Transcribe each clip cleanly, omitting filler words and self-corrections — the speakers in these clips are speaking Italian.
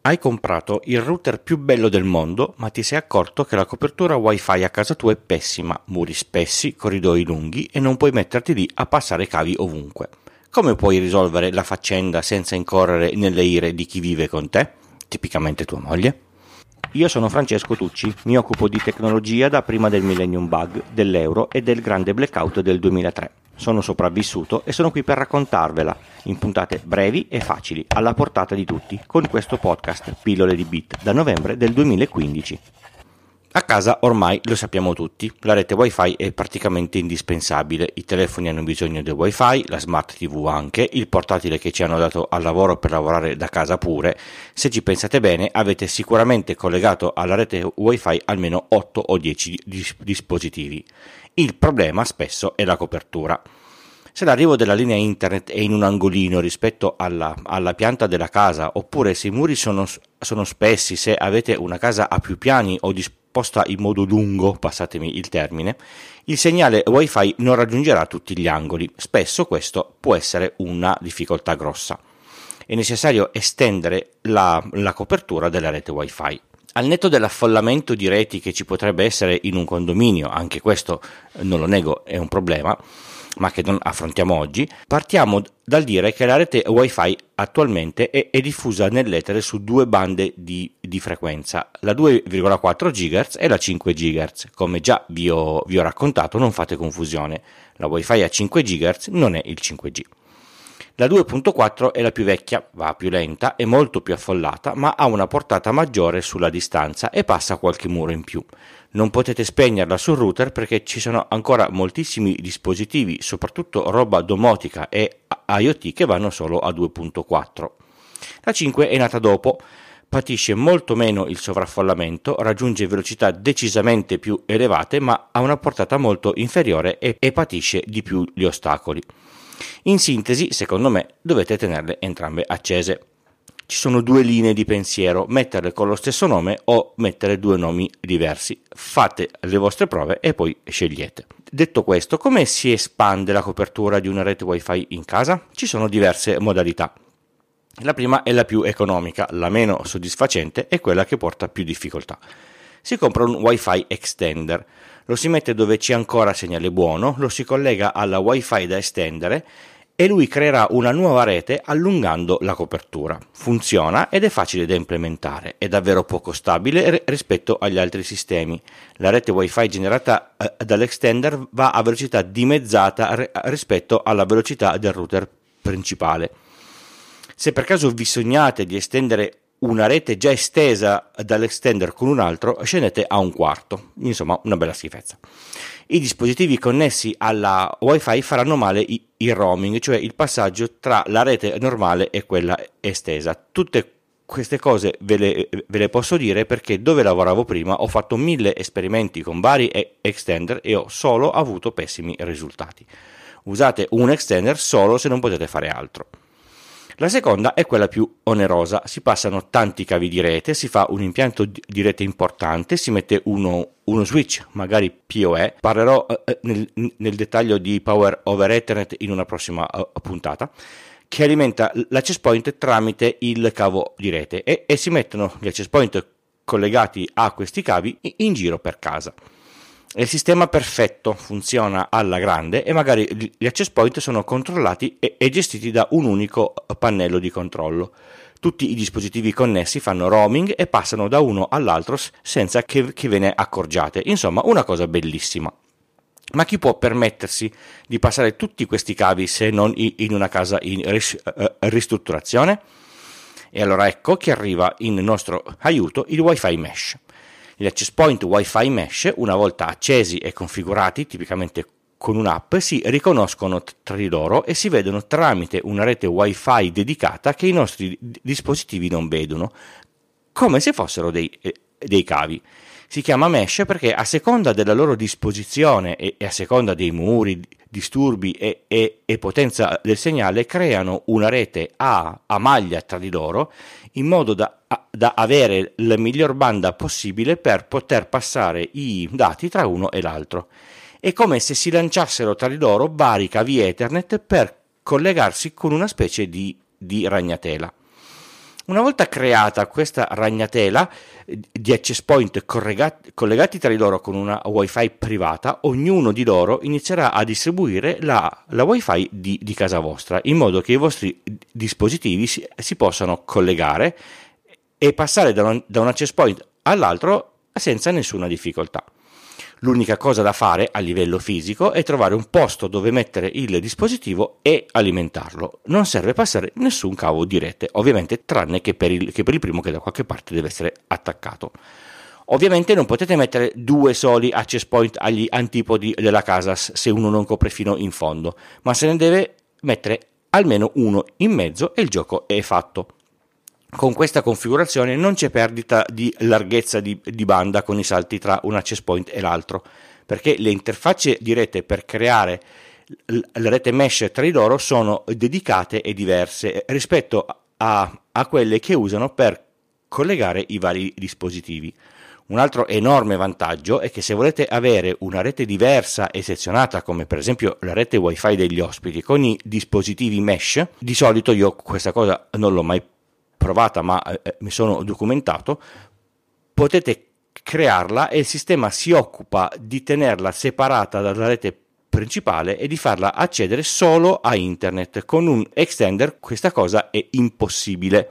Hai comprato il router più bello del mondo, ma ti sei accorto che la copertura wifi a casa tua è pessima, muri spessi, corridoi lunghi e non puoi metterti lì a passare cavi ovunque. Come puoi risolvere la faccenda senza incorrere nelle ire di chi vive con te? Tipicamente tua moglie? Io sono Francesco Tucci, mi occupo di tecnologia da prima del Millennium Bug, dell'euro e del grande blackout del 2003. Sono sopravvissuto e sono qui per raccontarvela, in puntate brevi e facili, alla portata di tutti, con questo podcast Pillole di Bit, da novembre del 2015. A casa ormai lo sappiamo tutti, la rete wifi è praticamente indispensabile, i telefoni hanno bisogno del wifi, la smart tv anche, il portatile che ci hanno dato al lavoro per lavorare da casa pure. Se ci pensate bene avete sicuramente collegato alla rete wifi almeno 8 o 10 dispositivi. Il problema spesso è la copertura. Se l'arrivo della linea internet è in un angolino rispetto alla pianta della casa, oppure se i muri sono spessi, se avete una casa a più piani o disposta in modo lungo, passatemi il termine, il segnale wifi non raggiungerà tutti gli angoli. Spesso questo può essere una difficoltà grossa. È necessario estendere la copertura della rete wifi. Al netto dell'affollamento di reti che ci potrebbe essere in un condominio, anche questo non lo nego è un problema, ma che non affrontiamo oggi, partiamo dal dire che la rete wifi attualmente è diffusa nell'etere su due bande di frequenza, la 2,4 GHz e la 5 GHz. Come già vi ho raccontato, non fate confusione, la wifi a 5 GHz non è il 5G. La 2.4 è la più vecchia, va più lenta, è molto più affollata, ma ha una portata maggiore sulla distanza e passa qualche muro in più. Non potete spegnerla sul router perché ci sono ancora moltissimi dispositivi, soprattutto roba domotica e IoT, che vanno solo a 2.4. La 5 è nata dopo, patisce molto meno il sovraffollamento, raggiunge velocità decisamente più elevate, ma ha una portata molto inferiore e patisce di più gli ostacoli. In sintesi, secondo me, dovete tenerle entrambe accese. Ci sono due linee di pensiero, metterle con lo stesso nome o mettere due nomi diversi. Fate le vostre prove e poi scegliete. Detto questo, come si espande la copertura di una rete wifi in casa? Ci sono diverse modalità. La prima è la più economica, la meno soddisfacente è quella che porta più difficoltà. Si compra un wifi extender, lo si mette dove c'è ancora segnale buono, lo si collega alla wifi da estendere e lui creerà una nuova rete allungando la copertura. Funziona ed è facile da implementare, è davvero poco stabile rispetto agli altri sistemi. La rete wifi generata dall'extender va a velocità dimezzata rispetto alla velocità del router principale. Se per caso vi sognate di estendere una rete già estesa dall'extender con un altro, scendete a un quarto, insomma una bella schifezza. I dispositivi connessi alla wifi faranno male il roaming, cioè il passaggio tra la rete normale e quella estesa. Tutte queste cose ve le posso dire perché dove lavoravo prima ho fatto 1000 esperimenti con vari extender e ho solo avuto pessimi risultati. Usate un extender solo se non potete fare altro. La seconda è quella più onerosa, si passano tanti cavi di rete, si fa un impianto di rete importante, si mette uno switch, magari PoE, parlerò nel dettaglio di Power over Ethernet in una prossima puntata, che alimenta l'access point tramite il cavo di rete e si mettono gli access point collegati a questi cavi in giro per casa. È il sistema perfetto, funziona alla grande e magari gli access point sono controllati e gestiti da un unico pannello di controllo. Tutti i dispositivi connessi fanno roaming e passano da uno all'altro senza che ve ne accorgiate. Insomma, una cosa bellissima. Ma chi può permettersi di passare tutti questi cavi se non in una casa in ristrutturazione? E allora ecco che arriva in nostro aiuto il Wi-Fi Mesh. Gli access point Wi-Fi Mesh, una volta accesi e configurati, tipicamente con un'app, si riconoscono tra di loro e si vedono tramite una rete Wi-Fi dedicata che i nostri dispositivi non vedono, come se fossero dei cavi. Si chiama mesh perché a seconda della loro disposizione e a seconda dei muri, disturbi e potenza del segnale creano una rete a maglia tra di loro in modo da avere la miglior banda possibile per poter passare i dati tra uno e l'altro. È come se si lanciassero tra di loro vari cavi Ethernet per collegarsi con una specie di ragnatela. Una volta creata questa ragnatela di access point collegati tra di loro con una wifi privata, ognuno di loro inizierà a distribuire la wifi di casa vostra, in modo che i vostri dispositivi si possano collegare e passare da un access point all'altro senza nessuna difficoltà. L'unica cosa da fare a livello fisico è trovare un posto dove mettere il dispositivo e alimentarlo. Non serve passare nessun cavo di rete, ovviamente tranne che per il primo, che da qualche parte deve essere attaccato. Ovviamente non potete mettere 2 soli access point agli antipodi della casa se uno non copre fino in fondo, ma se ne deve mettere almeno uno in mezzo e il gioco è fatto. Con questa configurazione non c'è perdita di larghezza di banda con i salti tra un access point e l'altro, perché le interfacce di rete per creare la rete mesh tra di loro sono dedicate e diverse rispetto a quelle che usano per collegare i vari dispositivi. Un altro enorme vantaggio è che se volete avere una rete diversa e sezionata, come per esempio la rete wifi degli ospiti con i dispositivi mesh, di solito io questa cosa non l'ho mai provata, ma mi sono documentato, potete crearla e il sistema si occupa di tenerla separata dalla rete principale e di farla accedere solo a internet. Con un extender questa cosa è impossibile.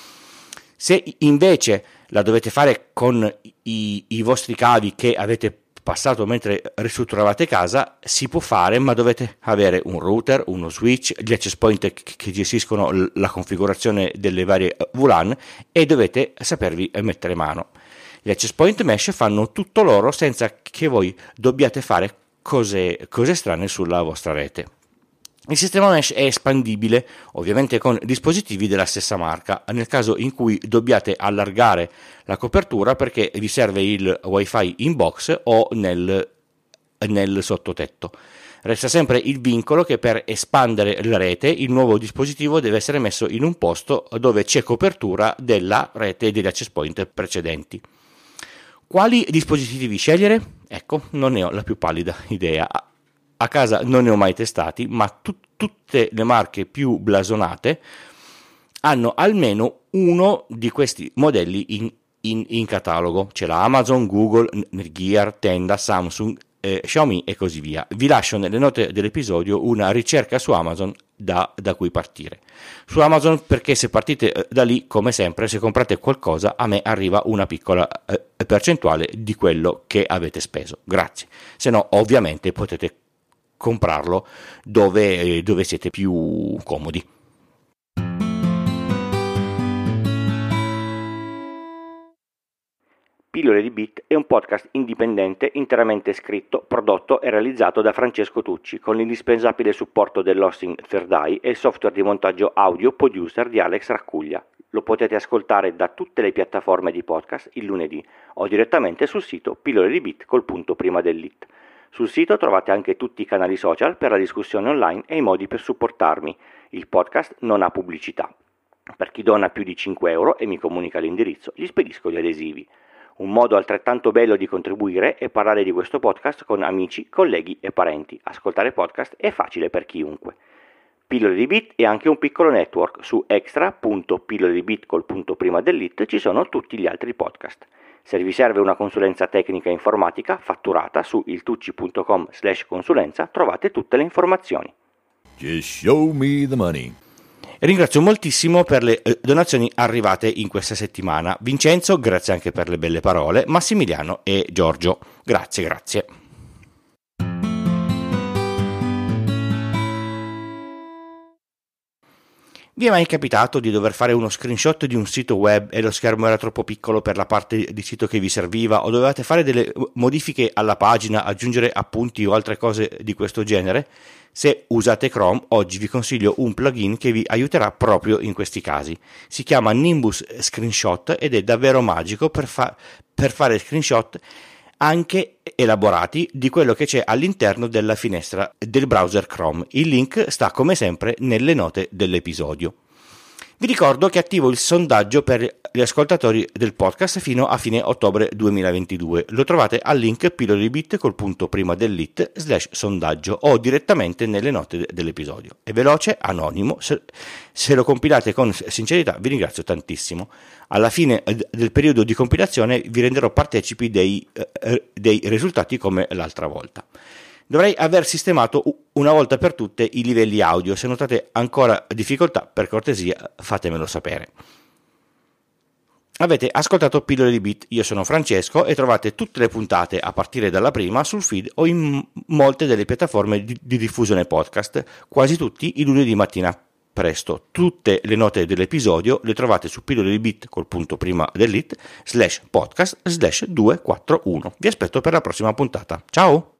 Se invece la dovete fare con i vostri cavi che avete passato mentre ristrutturavate casa, si può fare, ma dovete avere un router, uno switch, gli access point che gestiscono la configurazione delle varie VLAN e dovete sapervi mettere mano. Gli access point mesh fanno tutto loro senza che voi dobbiate fare cose strane sulla vostra rete. Il sistema mesh è espandibile, ovviamente con dispositivi della stessa marca, nel caso in cui dobbiate allargare la copertura perché vi serve il wifi in box o nel sottotetto. Resta sempre il vincolo che per espandere la rete il nuovo dispositivo deve essere messo in un posto dove c'è copertura della rete e degli access point precedenti. Quali dispositivi scegliere? Ecco, non ne ho la più pallida idea. A casa non ne ho mai testati, ma tutte le marche più blasonate hanno almeno uno di questi modelli in catalogo. C'è la Amazon, Google, Netgear, Tenda, Samsung, Xiaomi e così via. Vi lascio nelle note dell'episodio una ricerca su Amazon da cui partire. Su Amazon, perché se partite da lì, come sempre, se comprate qualcosa a me arriva una piccola percentuale di quello che avete speso. Grazie. Se no, ovviamente potete comprarlo dove siete più comodi. Pillole di Bit è un podcast indipendente interamente scritto, prodotto e realizzato da Francesco Tucci con l'indispensabile supporto dell'hosting Third Eye e il software di montaggio audio Producer di Alex Raccuglia. Lo potete ascoltare da tutte le piattaforme di podcast il lunedì o direttamente sul sito Pillole di Bit col punto prima dell'it. Sul sito trovate anche tutti i canali social per la discussione online e i modi per supportarmi. Il podcast non ha pubblicità. Per chi dona più di 5 euro e mi comunica l'indirizzo, gli spedisco gli adesivi. Un modo altrettanto bello di contribuire è parlare di questo podcast con amici, colleghi e parenti. Ascoltare podcast è facile per chiunque. Pillole di Bit è anche un piccolo network. Su extra.pilloledibit col punto prima dell'it ci sono tutti gli altri podcast. Se vi serve una consulenza tecnica informatica fatturata su iltucci.com/consulenza trovate tutte le informazioni. Just show me the money. Ringrazio moltissimo per le donazioni arrivate in questa settimana. Vincenzo, grazie anche per le belle parole. Massimiliano e Giorgio, grazie. Vi è mai capitato di dover fare uno screenshot di un sito web e lo schermo era troppo piccolo per la parte di sito che vi serviva, o dovevate fare delle modifiche alla pagina, aggiungere appunti o altre cose di questo genere? Se usate Chrome, oggi vi consiglio un plugin che vi aiuterà proprio in questi casi. Si chiama Nimbus Screenshot ed è davvero magico per fare screenshot anche elaborati di quello che c'è all'interno della finestra del browser Chrome. Il link sta come sempre nelle note dell'episodio. Vi ricordo che attivo il sondaggio per gli ascoltatori del podcast fino a fine ottobre 2022. Lo trovate al link pillole di bit col punto prima dell'it /sondaggio o direttamente nelle note dell'episodio. È veloce, anonimo, se lo compilate con sincerità vi ringrazio tantissimo. Alla fine del periodo di compilazione vi renderò partecipi dei risultati come l'altra volta. Dovrei aver sistemato una volta per tutte i livelli audio. Se notate ancora difficoltà, per cortesia fatemelo sapere. Avete ascoltato Pillole di Bit, io sono Francesco e trovate tutte le puntate a partire dalla prima sul feed o in molte delle piattaforme di diffusione podcast, quasi tutti i lunedì mattina presto. Tutte le note dell'episodio le trovate su Pillole di Bit col punto prima dell'it /podcast/241. Vi aspetto per la prossima puntata. Ciao!